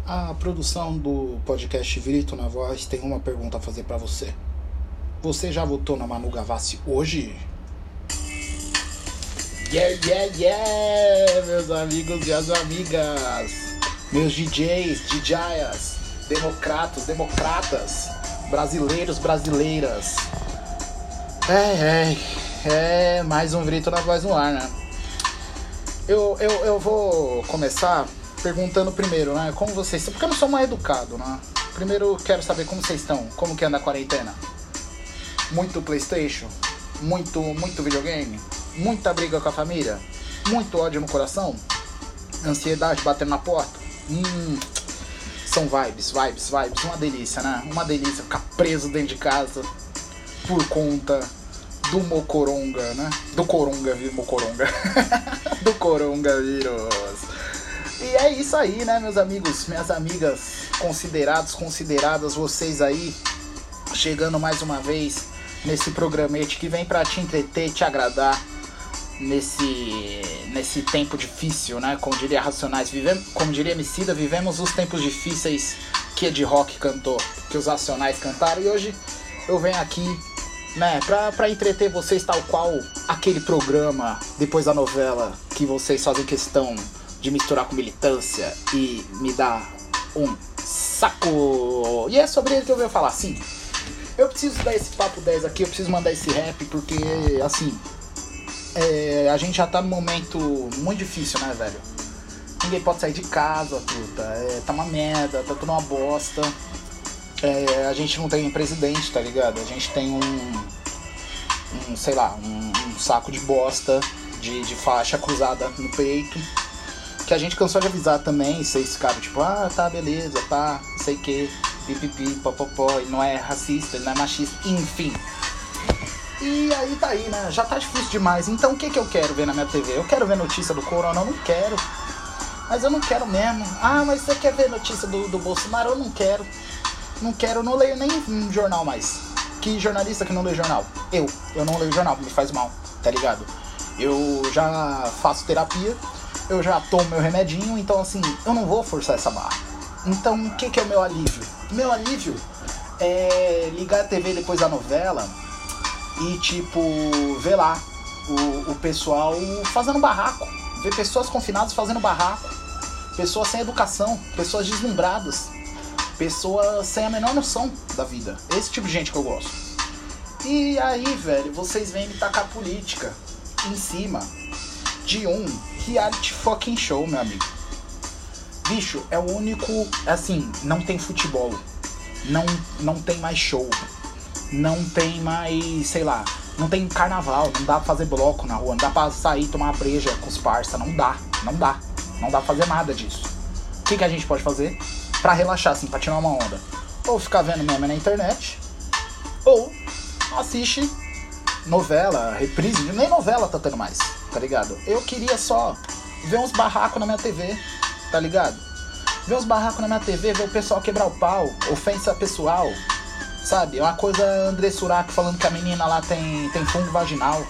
A produção do podcast Virito na Voz tem uma pergunta a fazer pra você. Você já votou na Manu Gavassi hoje? Yeah, meus amigos e as amigas, meus DJs, DJs, democratas, brasileiros, brasileiras. Mais um Virito na Voz no ar, né? Eu vou começar perguntando primeiro, né? Como vocês estão? Porque eu não sou mal educado, né? Primeiro quero saber como vocês estão. Como que anda a quarentena? Muito PlayStation? Muito videogame? Muita briga com a família? Muito ódio no coração? Ansiedade batendo na porta? São vibes. Uma delícia, né? Uma delícia ficar preso dentro de casa por conta do Mocoronga, né? Do Mocoronga. Do coronavírus. E é isso aí, né, meus amigos, minhas amigas, consideradas, vocês aí, chegando mais uma vez nesse programete que vem pra te entreter, te agradar nesse tempo difícil, né, como diria Racionais, como diria Emicida, vivemos os tempos difíceis que Ed Rock cantou, que os Racionais cantaram, e hoje eu venho aqui, né, pra entreter vocês tal qual aquele programa, depois da novela, que vocês fazem questão de misturar com militância e me dar um saco. E é sobre ele que eu venho falar, sim. Eu preciso dar esse papo 10 aqui, eu preciso mandar esse rap, porque, assim, a gente já tá num momento muito difícil, né, velho? Ninguém pode sair de casa, puta. Tá uma merda, tá tudo uma bosta. A gente não tem presidente, tá ligado? A gente tem um saco de bosta, de faixa cruzada no peito, que a gente cansou de avisar também, vocês ficaram tipo, tá, beleza, tá, não sei o que, pipipi, popopó, ele não é racista, ele não é machista, enfim. E aí tá aí, né, já tá difícil demais, então o que eu quero ver na minha TV? Eu quero ver notícia do corona? Eu não quero, mas eu não quero mesmo. Mas você quer ver notícia do Bolsonaro? Eu não quero, eu não leio nem jornal mais. Que jornalista que não lê jornal? Eu não leio jornal, me faz mal, tá ligado? Eu já faço terapia, eu já tomo meu remedinho, então assim, eu não vou forçar essa barra. Então, o que é o meu alívio? Meu alívio é ligar a TV depois da novela e, tipo, ver lá o pessoal fazendo barraco. Ver pessoas confinadas fazendo barraco. Pessoas sem educação, pessoas deslumbradas, pessoas sem a menor noção da vida. Esse tipo de gente que eu gosto. E aí, velho, vocês vêm me tacar política em cima de um reality fucking show, meu amigo. Bicho, é o único, assim, não tem futebol, não tem mais show, não tem mais, sei lá, não tem carnaval, não dá pra fazer bloco na rua, não dá pra sair tomar uma breja com os parça, não dá pra fazer nada disso. O que a gente pode fazer pra relaxar, assim, pra tirar uma onda? Ou ficar vendo meme na internet, ou assiste novela, reprise, nem novela tá tendo mais, tá ligado? Eu queria só ver uns barracos na minha TV, tá ligado? Ver uns barracos na minha TV, ver o pessoal quebrar o pau, ofensa pessoal, sabe? É uma coisa André Surak falando que a menina lá tem fungo vaginal.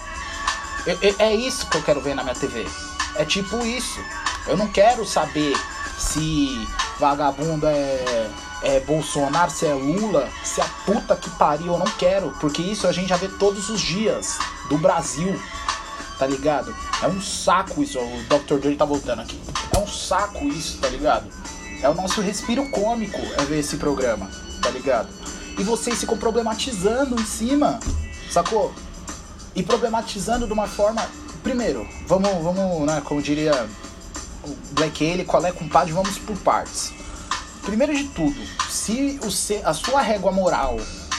É isso que eu quero ver na minha TV. É tipo isso. Eu não quero saber se vagabundo é Bolsonaro, se é Lula, se é a puta que pariu, eu não quero, porque isso a gente já vê todos os dias do Brasil, tá ligado? É um saco isso, o Dr. Dre tá voltando aqui, é um saco isso, tá ligado? É o nosso respiro cômico ver esse programa, tá ligado? E vocês ficam problematizando em cima, sacou? E problematizando de uma forma, primeiro, vamos, né, como diria o Black Alien, qual é, compadre, vamos por partes. Primeiro de tudo, se a sua régua moral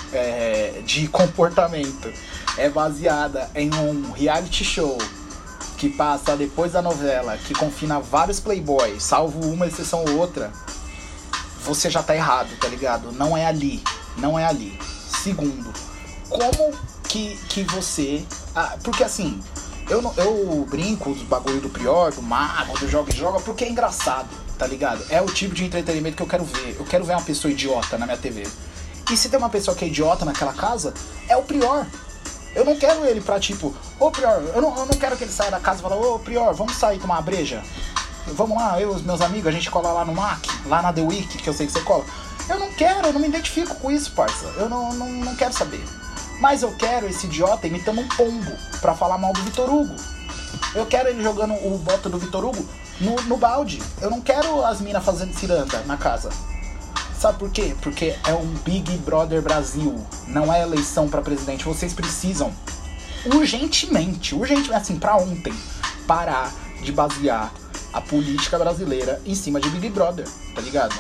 de comportamento é baseada em um reality show que passa depois da novela, que confina vários playboys, salvo uma exceção ou outra, você já tá errado, tá ligado? Não é ali. Segundo, como que você... porque assim, eu brinco dos bagulho do Prior, do Mago, do Joga, porque é engraçado, tá ligado? É o tipo de entretenimento que eu quero ver. Eu quero ver uma pessoa idiota na minha TV. E se tem uma pessoa que é idiota naquela casa, é o Prior. Eu não quero ele pra tipo, ô Prior, eu não quero que ele saia da casa e fale, ô Prior, vamos sair tomar uma breja. Vamos lá, eu e os meus amigos, a gente cola lá no Mac, lá na The Week, que eu sei que você cola. Eu não quero, eu não me identifico com isso, parça. Eu não quero saber. Mas eu quero esse idiota imitando um pombo pra falar mal do Vitor Hugo. Eu quero ele jogando o bota do Vitor Hugo no balde. Eu não quero as minas fazendo ciranda na casa. Sabe por quê? Porque é um Big Brother Brasil. Não é eleição pra presidente. Vocês precisam urgentemente, assim, pra ontem, parar de basear a política brasileira em cima de Big Brother, tá ligado?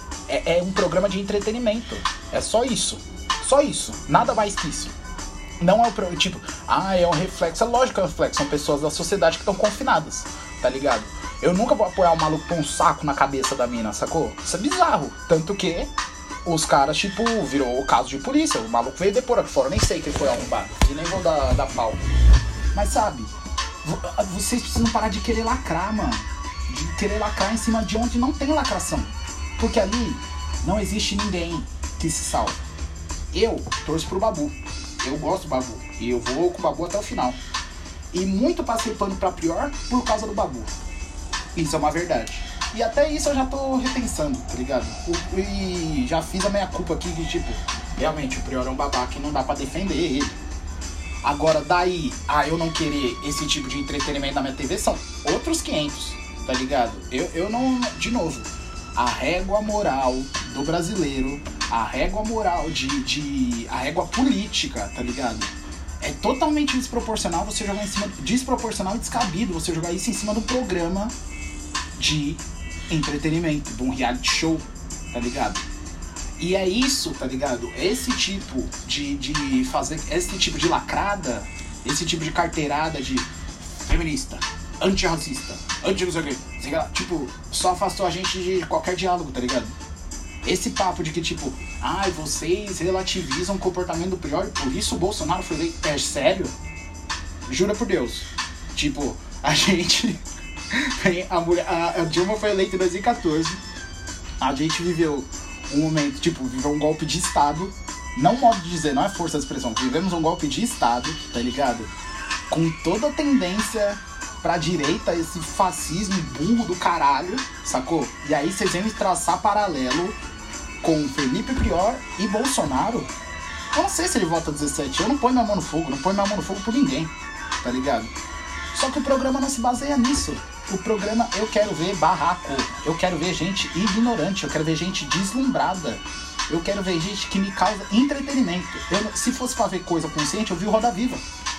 É um programa de entretenimento. É só isso. Só isso. Nada mais que isso. Não é o tipo, é um reflexo. É lógico que é um reflexo. São pessoas da sociedade que estão confinadas, tá ligado? Eu nunca vou apoiar o maluco com um saco na cabeça da mina, sacou? Isso é bizarro. Tanto que os caras, tipo, virou o caso de polícia. O maluco veio depor aqui fora. Eu nem sei quem foi arrombado. E nem vou dar pau. Mas sabe, vocês precisam parar de querer lacrar, mano. De querer lacrar em cima de onde não tem lacração. Porque ali não existe ninguém que se salve. Eu torço pro Babu. Eu gosto do Babu. E eu vou com o Babu até o final. E muito passei pano pra Prior por causa do Babu. Isso é uma verdade. E até isso eu já tô repensando, tá ligado? E já fiz a minha culpa aqui de tipo, realmente o Prior é um babaca e não dá pra defender ele. Agora daí eu não querer esse tipo de entretenimento na minha TV são outros 500, tá ligado? Eu não, de novo, a régua moral do brasileiro, a régua moral a régua política, tá ligado? É totalmente desproporcional você jogar em cima, desproporcional e descabido você jogar isso em cima do programa de entretenimento, de um reality show, tá ligado? E é isso, tá ligado? Esse tipo de fazer, esse tipo de lacrada, esse tipo de carteirada de feminista, antirracista, anti não sei o quê, tipo, só afastou a gente de qualquer diálogo, tá ligado? Esse papo de que, tipo, vocês relativizam o comportamento do Prior, por isso o Bolsonaro foi eleito. É sério? Jura por Deus. Tipo, a gente... a Dilma foi eleita em 2014. A gente viveu um momento, tipo, viveu um golpe de Estado. Não modo de dizer, não é força de expressão. Vivemos um golpe de Estado, tá ligado? Com toda a tendência pra direita, esse fascismo burro do caralho, sacou? E aí vocês vêm traçar paralelo com Felipe Prior e Bolsonaro. Eu não sei se ele vota 17. Eu não ponho minha mão no fogo. Não ponho minha mão no fogo por ninguém, tá ligado? Só que o programa não se baseia nisso. O programa, eu quero ver barraco. Eu quero ver gente ignorante. Eu quero ver gente deslumbrada. Eu quero ver gente que me causa entretenimento. Se fosse pra ver coisa consciente, eu vi o Roda Viva.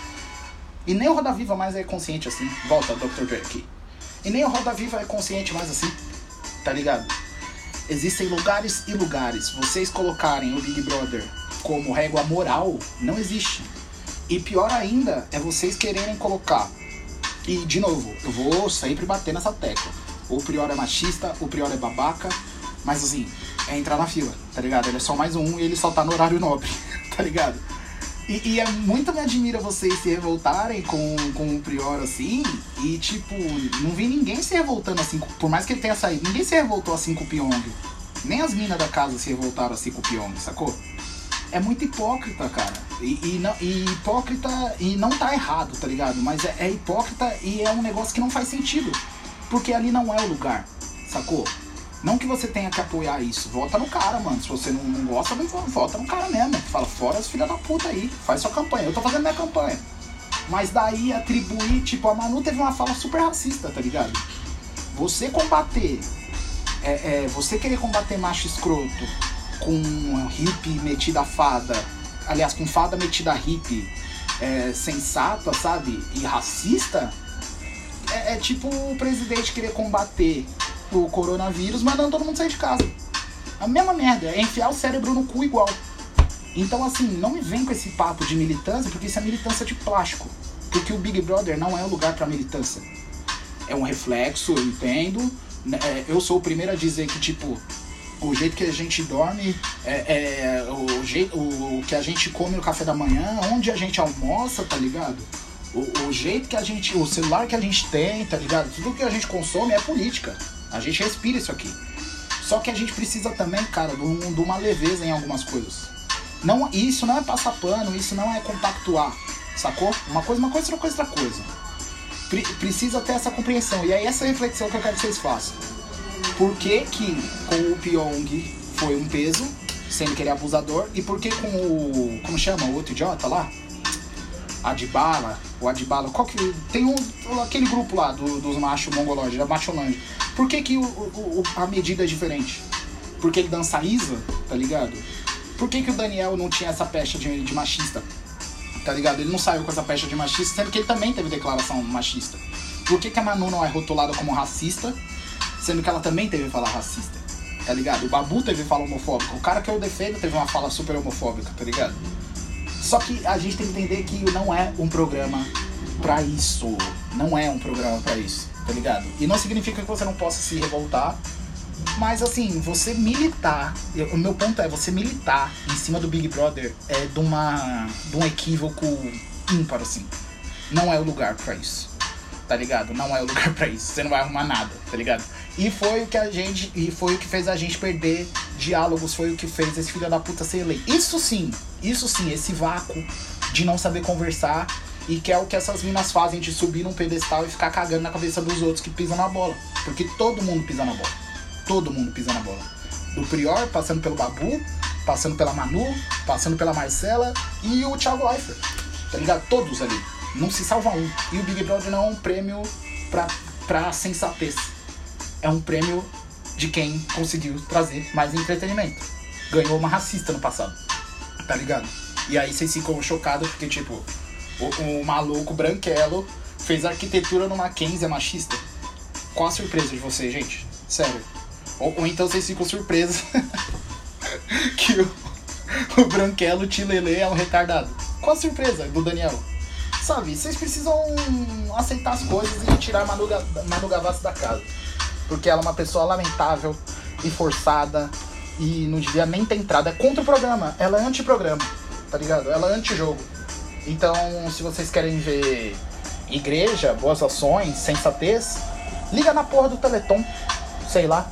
E nem o Roda Viva mais é consciente assim. Volta, Dr. Dre aqui. E nem o Roda Viva é consciente mais assim. Tá ligado? Existem lugares e lugares. Vocês colocarem o Big Brother como régua moral, não existe. E pior ainda é vocês quererem colocar. E, de novo, eu vou sempre bater nessa tecla. O Prior é machista, o Prior é babaca, mas assim, é entrar na fila, tá ligado? Ele é só mais um e ele só tá no horário nobre, tá ligado? E é muito me admira vocês se revoltarem com o Prior assim, e tipo, não vi ninguém se revoltando assim, por mais que ele tenha saído, ninguém se revoltou assim com o Pyong. Nem as minas da casa se revoltaram assim com o Pyong, sacou? É muito hipócrita, cara. E hipócrita e não tá errado, tá ligado? Mas é hipócrita e é um negócio que não faz sentido. Porque ali não é o lugar, sacou? Não que você tenha que apoiar isso. Vota no cara, mano. Se você não gosta, não vota no cara mesmo. Fala, fora as filhas da puta aí. Faz sua campanha. Eu tô fazendo minha campanha. Mas daí atribuir, tipo, a Manu teve uma fala super racista, tá ligado? Você combater... você querer combater macho escroto com hippie metida a fada, aliás, com fada metida a hippie, sensata, sabe? E racista, é tipo o presidente querer combater o coronavírus mandando todo mundo sair de casa. A mesma merda, é enfiar o cérebro no cu igual. Então, assim, não me vem com esse papo de militância, porque isso é militância de plástico. Porque o Big Brother não é o lugar pra militância. É um reflexo, eu entendo. Eu sou o primeiro a dizer que, tipo, o jeito que a gente dorme, o que a gente come no café da manhã, onde a gente almoça, tá ligado? O jeito que a gente, o celular que a gente tem, tá ligado? Tudo que a gente consome é política. A gente respira isso aqui. Só que a gente precisa também, cara, de uma leveza em algumas coisas. Não, isso não é passar pano, isso não é compactuar, sacou? Uma coisa, outra coisa. precisa ter essa compreensão. E aí essa reflexão que eu quero que vocês façam. Por que que com o Pyong foi um peso, sendo que ele é abusador, e por que com o... como chama? O outro idiota lá? O Adbala, qual que... tem aquele grupo lá dos machos mongolóides, da Macholândia. Por que que a medida é diferente? Porque ele dança Isa, tá ligado? Por que que o Daniel não tinha essa pecha de machista? Tá ligado? Ele não saiu com essa pecha de machista, sendo que ele também teve declaração machista. Por que que a Manu não é rotulada como racista, sendo que ela também teve fala racista? Tá ligado? O Babu teve fala homofóbica. O cara que eu defendo teve uma fala super homofóbica, tá ligado? Só que a gente tem que entender que não é um programa pra isso. Não é um programa pra isso, tá ligado? E não significa que você não possa se revoltar. Mas assim, você militar... o meu ponto é, você militar em cima do Big Brother é de um equívoco ímpar, assim. Não é o lugar pra isso, tá ligado? Não é o lugar pra isso. Você não vai arrumar nada, tá ligado? E foi o que fez a gente perder diálogos, foi o que fez esse filho da puta ser eleito. Isso sim, esse vácuo de não saber conversar, e que é o que essas minas fazem, de subir num pedestal e ficar cagando na cabeça dos outros que pisam na bola. Porque todo mundo pisa na bola. Todo mundo pisa na bola. Do Prior, passando pelo Babu, passando pela Manu, passando pela Marcela e o Thiago Leifert. Tá ligado? Todos ali. Não se salva um. E o Big Brother não é um prêmio pra sensatez. É um prêmio de quem conseguiu trazer mais entretenimento. Ganhou uma racista no passado. Tá ligado? E aí vocês ficam chocados porque, tipo, o maluco branquelo fez arquitetura no Mackenzie, é machista. Qual a surpresa de vocês, gente? Sério. Ou então vocês ficam surpresos que o branquelo Tilelê é um retardado. Qual a surpresa do Daniel? Sabe, vocês precisam aceitar as coisas e tirar Manu Gavassi da casa. Porque ela é uma pessoa lamentável e forçada e não devia nem ter entrado. É contra o programa, ela é anti-programa, tá ligado? Ela é anti-jogo. Então, se vocês querem ver igreja, boas ações, sensatez, liga na porra do Teleton, sei lá.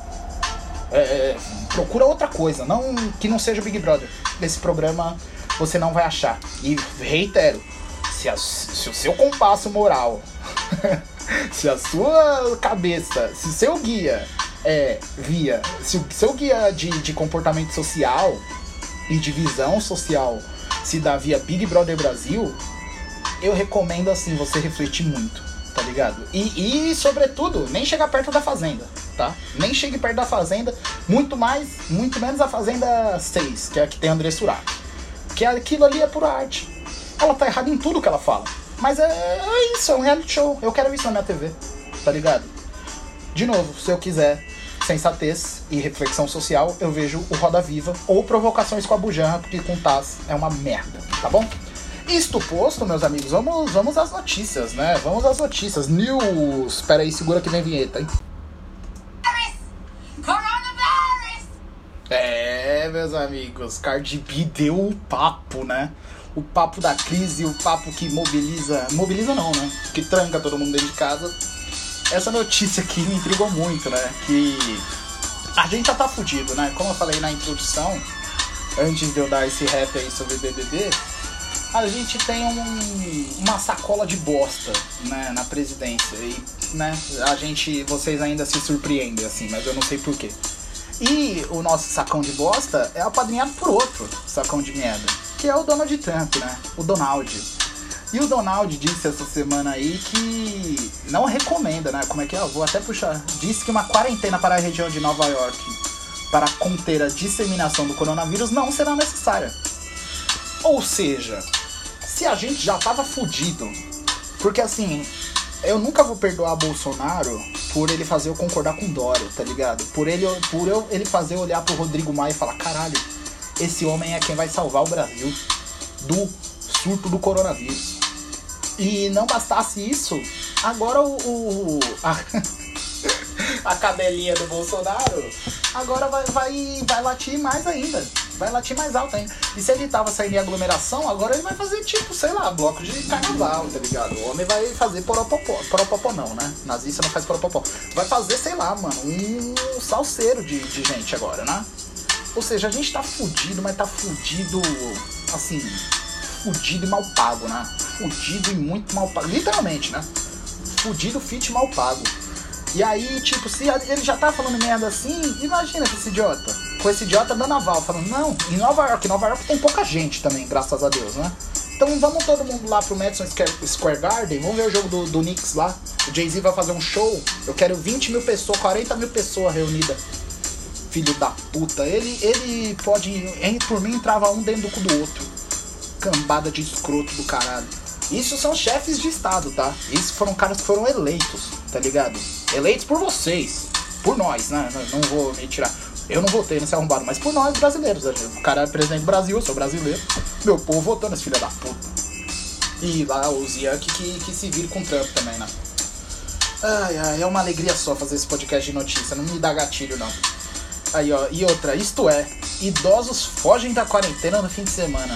Procura outra coisa, que não seja o Big Brother. Nesse programa você não vai achar. E reitero, se o seu compasso moral, se a sua cabeça, se o seu guia se o seu guia de comportamento social e de visão social se dá via Big Brother Brasil, eu recomendo assim você refletir muito, tá ligado? E sobretudo, nem chegar perto da Fazenda, tá? Nem chegue perto da Fazenda, muito menos a Fazenda 6, que é a que tem André Surak. Que aquilo ali é pura arte. Ela tá errada em tudo que ela fala. Mas é isso, é um reality show. Eu quero isso na minha TV, tá ligado? De novo, se eu quiser sensatez e reflexão social, eu vejo o Roda Viva ou Provocações com a Bujanra, porque com Taz é uma merda, tá bom? Isto posto, meus amigos, vamos às notícias, né? Vamos às notícias. News! Pera aí, segura que vem a vinheta, hein? Meus amigos, Cardi B deu o papo, né? O papo da crise, o papo que mobiliza não, né? Que tranca todo mundo dentro de casa. Essa notícia aqui me intrigou muito, né? Que a gente já tá fudido, né? Como eu falei na introdução, antes de eu dar esse rap aí sobre BBB, a gente tem uma sacola de bosta, né, na presidência. E, né, vocês ainda se surpreendem, assim, mas eu não sei porquê. E o nosso sacão de bosta é apadrinhado por outro sacão de merda, que é o Donald Trump, né? O Donald. E o Donald disse essa semana aí que não recomenda, né? Como é que é? Eu vou até puxar. Disse que uma quarentena para a região de Nova York para conter a disseminação do coronavírus não será necessária. Ou seja, se a gente já tava fudido, porque assim, eu nunca vou perdoar Bolsonaro por ele fazer eu concordar com Dória, tá ligado? Por ele fazer eu olhar pro Rodrigo Maia e falar, caralho, esse homem é quem vai salvar o Brasil do surto do coronavírus. E não bastasse isso, agora a cadelinha do Bolsonaro agora vai latir mais ainda. Vai latir mais alto ainda. E se ele tava saindo em aglomeração, agora ele vai fazer tipo, sei lá, bloco de carnaval, tá ligado? O homem vai fazer poropopó não, né? Nazista não faz poropopó. Vai fazer, sei lá, mano, um salseiro de gente agora, né? Ou seja, a gente tá fudido, mas tá fudido, assim, fudido e mal pago, né? Fudido e muito mal pago. Literalmente, né? fudido, fit mal pago. E aí, tipo, se ele já tá falando merda assim, imagina com esse idiota. Com esse idiota dando aval, falando, não, em Nova York tem pouca gente também, graças a Deus, né? Então vamos todo mundo lá pro Madison Square Garden, vamos ver o jogo do Knicks lá. O Jay-Z vai fazer um show, eu quero 20 mil pessoas, 40 mil pessoas reunidas. Filho da puta, ele pode, por mim, entrava um dentro do cu do outro. Cambada de escroto do caralho. Isso são chefes de estado, tá? Isso foram caras que foram eleitos, tá ligado? Eleitos por vocês, por nós, né? Não vou me tirar. Eu não votei nesse arrombado, mas por nós brasileiros. O cara é presidente do Brasil, eu sou brasileiro. Meu povo votou nesse filho da puta. E lá os Yankee que se vire com o Trump também, né? Ai, é uma alegria só fazer esse podcast de notícia, não me dá gatilho não. Aí ó, e outra, isto é, idosos fogem da quarentena no fim de semana.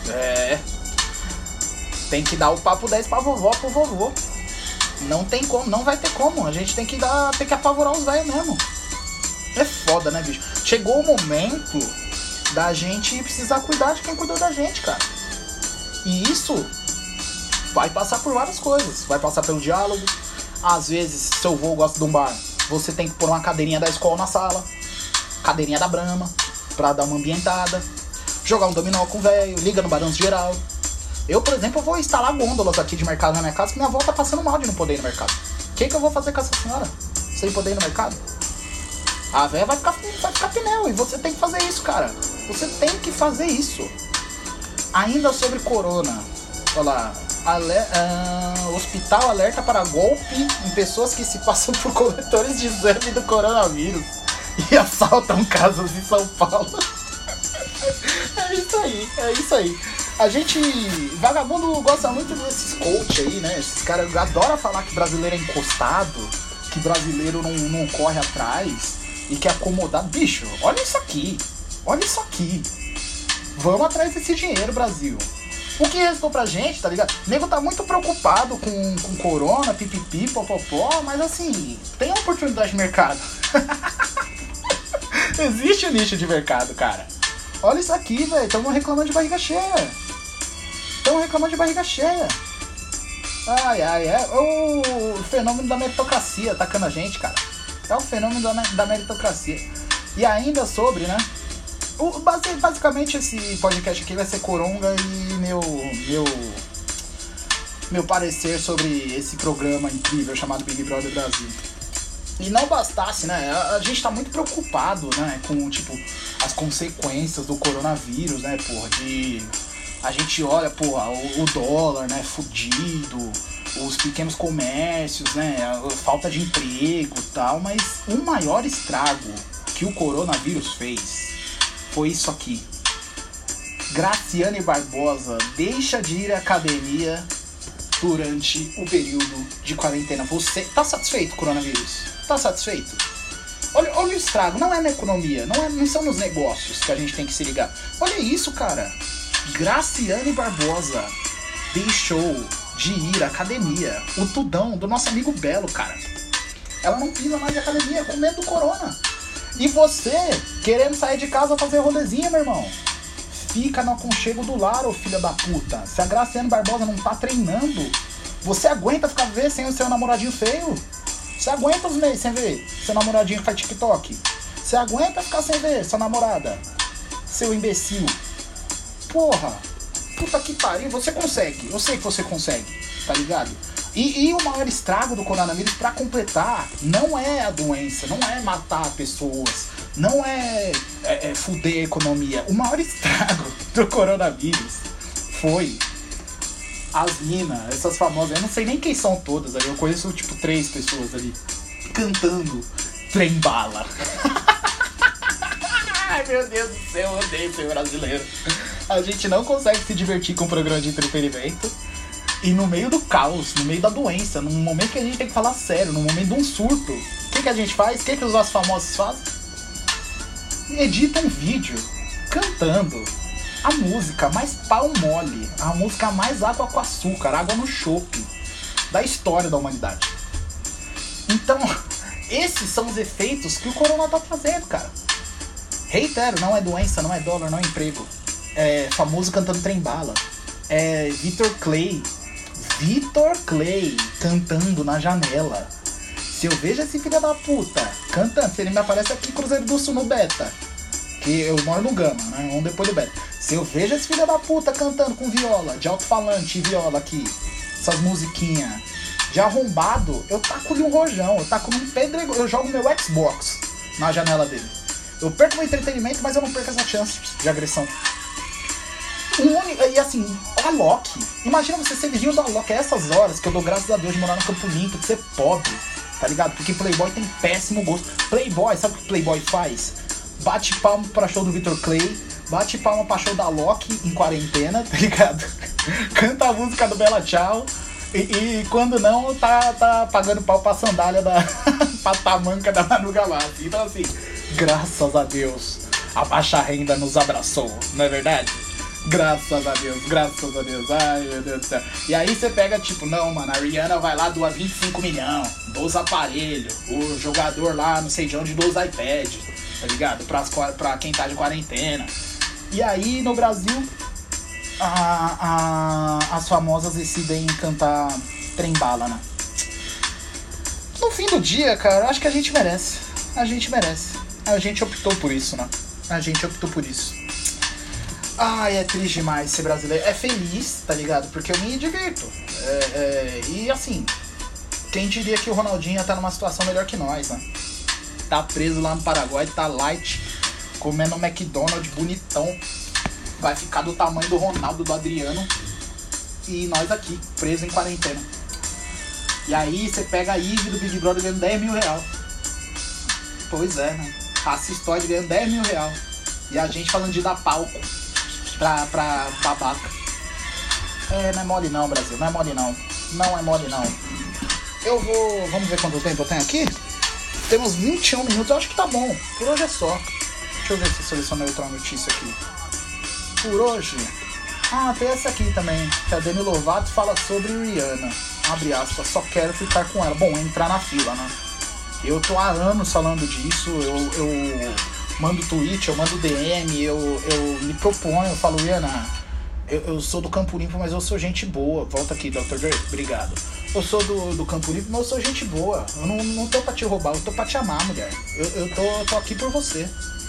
Tem que dar o papo 10 pra vovó, pro vovô. Não tem como, não vai ter como. A gente tem que apavorar os velhos mesmo. É foda, né, bicho? Chegou o momento da gente precisar cuidar de quem cuidou da gente, cara. E isso vai passar por várias coisas. Vai passar pelo diálogo. Às vezes, seu avô gosta de um bar, você tem que pôr uma cadeirinha da escola na sala. Cadeirinha da Brahma, pra dar uma ambientada. Jogar um dominó com o velho, liga no Barão Geral. Eu, por exemplo, vou instalar gôndolas aqui de mercado na minha casa, porque minha avó tá passando mal de não poder ir no mercado. O que eu vou fazer com essa senhora? Sem poder ir no mercado? A véia vai ficar pneu, e você tem que fazer isso, cara. Você tem que fazer isso. Ainda sobre corona. Olha lá. Hospital alerta para golpe em pessoas que se passam por coletores de exame do coronavírus e assaltam casas em São Paulo. É isso aí. A gente, vagabundo, gosta muito desses coach aí, né? Esses caras adoram falar que brasileiro é encostado, que brasileiro não corre atrás e que é acomodado. Bicho, olha isso aqui. Vamos atrás desse dinheiro, Brasil. O que restou pra gente, tá ligado? O nego tá muito preocupado com corona, pipipi, popopó, mas assim, tem uma oportunidade de mercado. Existe um nicho de mercado, cara. Olha isso aqui, velho. Estamos reclamando de barriga cheia. É o fenômeno da meritocracia atacando a gente, cara. É o fenômeno da meritocracia. E ainda sobre, né? Basicamente esse podcast aqui vai ser coronga e meu parecer sobre esse programa incrível chamado Big Brother Brasil. E não bastasse, né? A gente tá muito preocupado, né? Com, tipo, as consequências do coronavírus, né? Porra, a gente olha, porra, o dólar, né? Fudido, os pequenos comércios, né? A falta de emprego e tal. Mas o maior estrago que o coronavírus fez foi isso aqui. Graciane Barbosa deixa de ir à academia durante o período de quarentena. Você tá satisfeito, coronavírus? Tá satisfeito? Olha o estrago, não é na economia, não são nos negócios que a gente tem que se ligar. Olha isso, cara. Graciane Barbosa deixou de ir à academia. O tudão do nosso amigo Belo, cara. Ela não pisa mais de academia com medo do corona. E você, querendo sair de casa fazer rolezinha, meu irmão, fica no aconchego do lar, ô filha da puta. Se a Graciane Barbosa não tá treinando, você aguenta ficar ver sem o seu namoradinho feio? Você aguenta os meses sem ver seu namoradinho que faz TikTok? Você aguenta ficar sem ver sua namorada? Seu imbecil. Porra, puta que pariu, você consegue. Eu sei que você consegue, tá ligado? E o maior estrago do coronavírus, pra completar, não é a doença, não é matar pessoas, não é fuder a economia. O maior estrago do coronavírus foi as minas, essas famosas, eu não sei nem quem são todas ali, eu conheço tipo 3 pessoas ali, cantando Trem Bala. Ai meu Deus do céu, eu odeio ser brasileiro. A gente não consegue se divertir com um programa de entretenimento. E no meio do caos, no meio da doença, num momento que a gente tem que falar sério, no momento de um surto, o que a gente faz? O que os nossos famosos fazem? Edita um vídeo cantando a música mais pau mole, a música mais água com açúcar, água no chope da história da humanidade. Então, esses são os efeitos que o corona tá trazendo, cara. Reitero, não é doença, não é dólar, não é emprego. É famoso cantando Trem Bala. É Vitor Clay Vitor Clay cantando na janela. Se eu vejo esse filho da puta cantando, se ele me aparece aqui em Cruzeiro do Sul no Beta, que eu moro no Gama, né? Um depois do Beta. Se eu vejo esse filho da puta cantando com viola, de alto-falante e viola aqui, essas musiquinhas de arrombado, eu taco-lhe um rojão, eu taco um pedregulho, eu jogo meu Xbox na janela dele. Eu perco meu entretenimento, mas eu não perco essa chance de agressão. E assim, o Alok, imagina você ser vizinho do Alok a essas horas, que eu dou graças a Deus de morar no Campo Limpo, de ser pobre, tá ligado? Porque Playboy tem péssimo gosto. Playboy, sabe o que Playboy faz? Bate palma pra show do Vitor Clay, bate palma pra show da Alok em quarentena, tá ligado? Canta a música do Bela Tchau. E quando não, tá pagando pau pra sandália da pra tamanca da Manu Gavassi. Então assim, graças a Deus, a baixa renda nos abraçou, não é verdade? Graças a Deus, graças a Deus, ai meu Deus do céu. E aí você pega tipo, não mano, a Rihanna vai lá doar 25 milhões, 12 aparelhos, o jogador lá não sei de onde 12 iPads, tá ligado? Pra quem tá de quarentena. E aí no Brasil as famosas decidem cantar trem-bala, né? No fim do dia, cara, acho que a gente merece. A gente merece. A gente optou por isso, né? A gente optou por isso. Ai, é triste demais ser brasileiro. É feliz, tá ligado? Porque eu me divirto. E assim, quem diria que o Ronaldinho ia tá numa situação melhor que nós, né? Tá preso lá no Paraguai, tá light, comendo um McDonald's bonitão. Vai ficar do tamanho do Ronaldo, do Adriano. E nós aqui, presos em quarentena. E aí você pega a Ivy do Big Brother ganhando 10 mil reais. Pois é, né? A Sistóide ganhando 10 mil reais. E a gente falando de dar palco pra babaca. Não é mole não, Brasil. Não é mole não. Não é mole não. Eu vou... Vamos ver quanto tempo eu tenho aqui? Temos 21 minutos. Eu acho que tá bom. Por hoje é só. Deixa eu ver se eu selecionei outra notícia aqui. Por hoje... tem essa aqui também. Que a Demi Lovato fala sobre Rihanna. Abre aspas. Só quero ficar com ela. Bom, entrar na fila, né? Eu tô há anos falando disso. Eu mando tweet, eu mando DM. Eu me proponho. Eu falo, Rihanna, eu sou do Campo Limpo, mas eu sou gente boa. Volta aqui, Dr. Dre. Obrigado. Eu sou do Campo Limpo, mas eu sou gente boa. Eu não tô pra te roubar. Eu tô pra te amar, mulher. Eu tô aqui por você.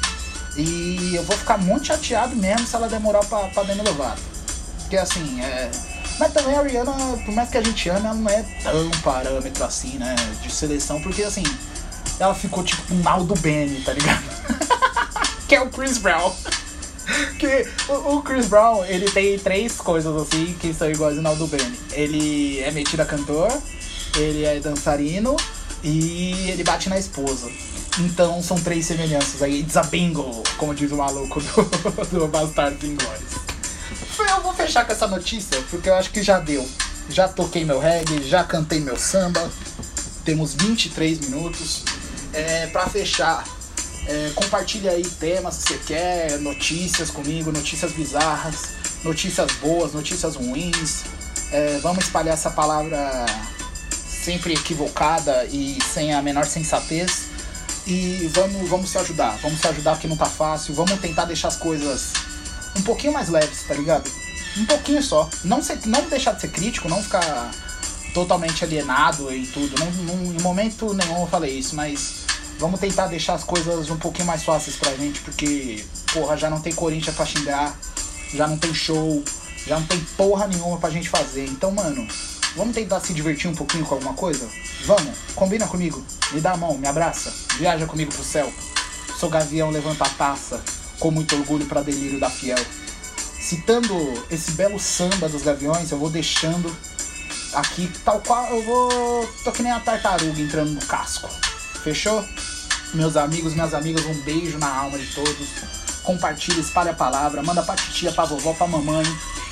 E eu vou ficar muito chateado mesmo se ela demorar pra Demi Lovato. Porque assim, Mas também a Rihanna, por mais que a gente ame, ela não é tão parâmetro assim, né? De seleção, porque assim, ela ficou tipo um Naldo Bene, tá ligado? Que é o Chris Brown. Que o Chris Brown, ele tem 3 coisas assim que são iguais ao Naldo Bene. Ele é metido a cantor, ele é dançarino e ele bate na esposa. Então são 3 semelhanças aí. It's a bingo, como diz o maluco do Bastardos Inglórios. Eu vou fechar com essa notícia, porque eu acho que já deu. Já toquei meu reggae, já cantei meu samba. Temos 23 minutos. Pra fechar, compartilha aí temas que você quer, notícias comigo, notícias bizarras, notícias boas, notícias ruins. Vamos espalhar essa palavra sempre equivocada e sem a menor sensatez. E vamos se ajudar porque não tá fácil. Vamos tentar deixar as coisas um pouquinho mais leves, tá ligado? Um pouquinho só. Não deixar de ser crítico, não ficar totalmente alienado e tudo. Em momento nenhum eu falei isso, mas vamos tentar deixar as coisas um pouquinho mais fáceis pra gente, porque, porra, já não tem Corinthians pra xingar, já não tem show, já não tem porra nenhuma pra gente fazer. Então, mano, vamos tentar se divertir um pouquinho com alguma coisa? Vamos, combina comigo, me dá a mão, me abraça, viaja comigo pro céu. Sou gavião, levanta a taça, com muito orgulho pra delírio da fiel. Citando esse belo samba dos gaviões, eu vou deixando aqui, tal qual tô que nem a tartaruga entrando no casco. Fechou? Meus amigos, minhas amigas, um beijo na alma de todos. Compartilha, espalha a palavra, manda pra titia, pra vovó, pra mamãe,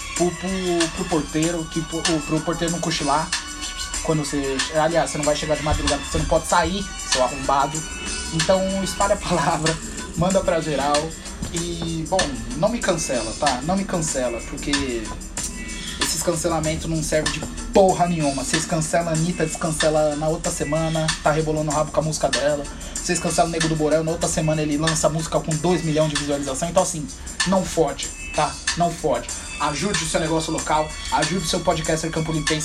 pro porteiro, pro porteiro não cochilar. Quando você... Aliás, você não vai chegar de madrugada, você não pode sair, seu arrombado. Então espalha a palavra, manda pra geral. E, bom, não me cancela, tá? Não me cancela, porque esses cancelamentos não servem de porra nenhuma. Vocês cancelam a Anitta, descancela na outra semana, tá rebolando o rabo com a música dela. Vocês cancelam o Nego do Borel, na outra semana ele lança a música com 2 milhões de visualização. Então assim, não fode. tá? Não fode. Ajude o seu negócio local, ajude o seu podcaster Campo Limpense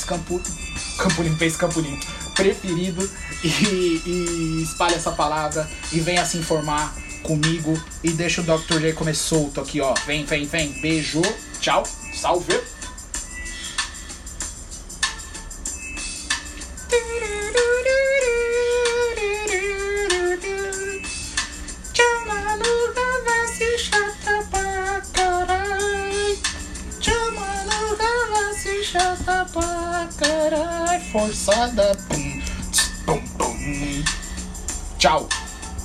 preferido e espalhe essa palavra e venha se informar comigo e deixa o Dr. J comer solto aqui, ó. Vem. Beijo, tchau, salve! Chata pra carai, forçada. Pum, pum, pum. Tchau.